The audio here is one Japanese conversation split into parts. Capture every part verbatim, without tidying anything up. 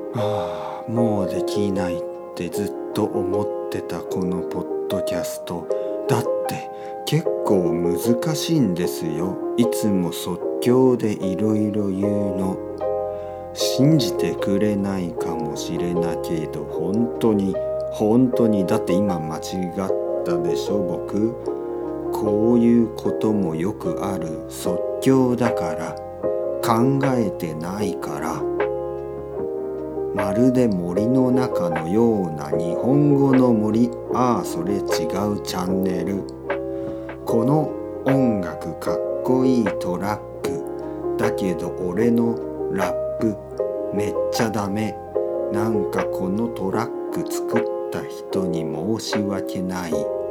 ああ、もうできないってずっと思ってたこのポッドキャスト。だって結構難しいんですよ。いつも即興でいろいろ言うの。信じてくれないかもしれないけど、本当に本当にだって今間違ったでしょ。僕こういうこともよくある。即興だから、考えてないから。まるで森の中のような日本語の森。ああ、それ違うチャンネル。この音楽かっこいいトラックだけど、俺のラップめっちゃダメ。なんかこのトラック作った人に申し訳ない。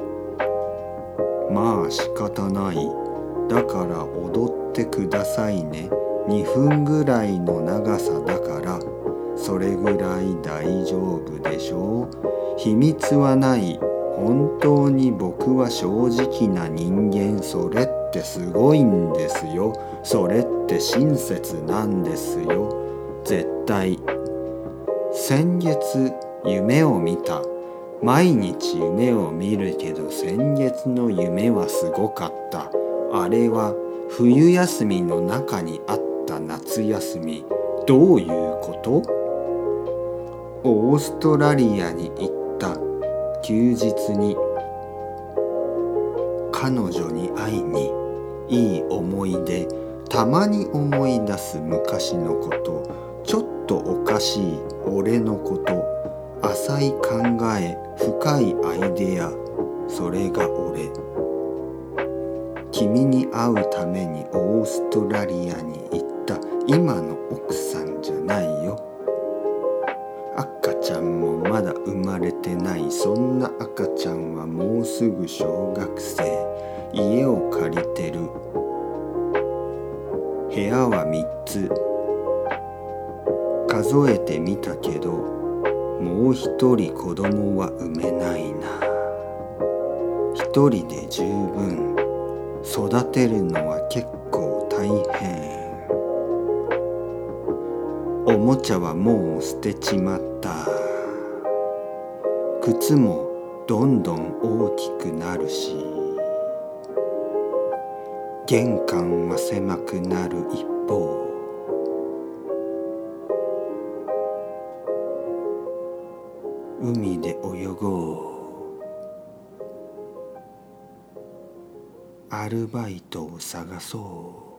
まあ仕方ない。だから踊ってくださいね。にふんぐらいの長さだから、それぐらい大丈夫でしょう。秘密はない。本当に僕は正直な人間。それってすごいんですよ。それって親切なんですよ。絶対。先月夢を見た。毎日夢を見るけど、先月の夢はすごかった。あれは冬休みの中にあった夏休み。どういうこと？オーストラリアに行った休日に、彼女に会いに。いい思い出。たまに思い出す昔のこと。ちょっとおかしい俺のこと。浅い考え、深いアイデア。それが俺。君に会うためにオーストラリアに行った。今の奥さんじゃないよ。赤ちゃんもまだ生まれてない。そんな赤ちゃんはもうすぐ小学生。家を借りてる。部屋はみっつ。数えてみたけど、もう一人子供は産めないな。一人で十分。育てるのは結構大変。おもちゃはもう捨てちまった。靴もどんどん大きくなるし、玄関は狭くなる一方。海で泳ごう。アルバイトを探そう。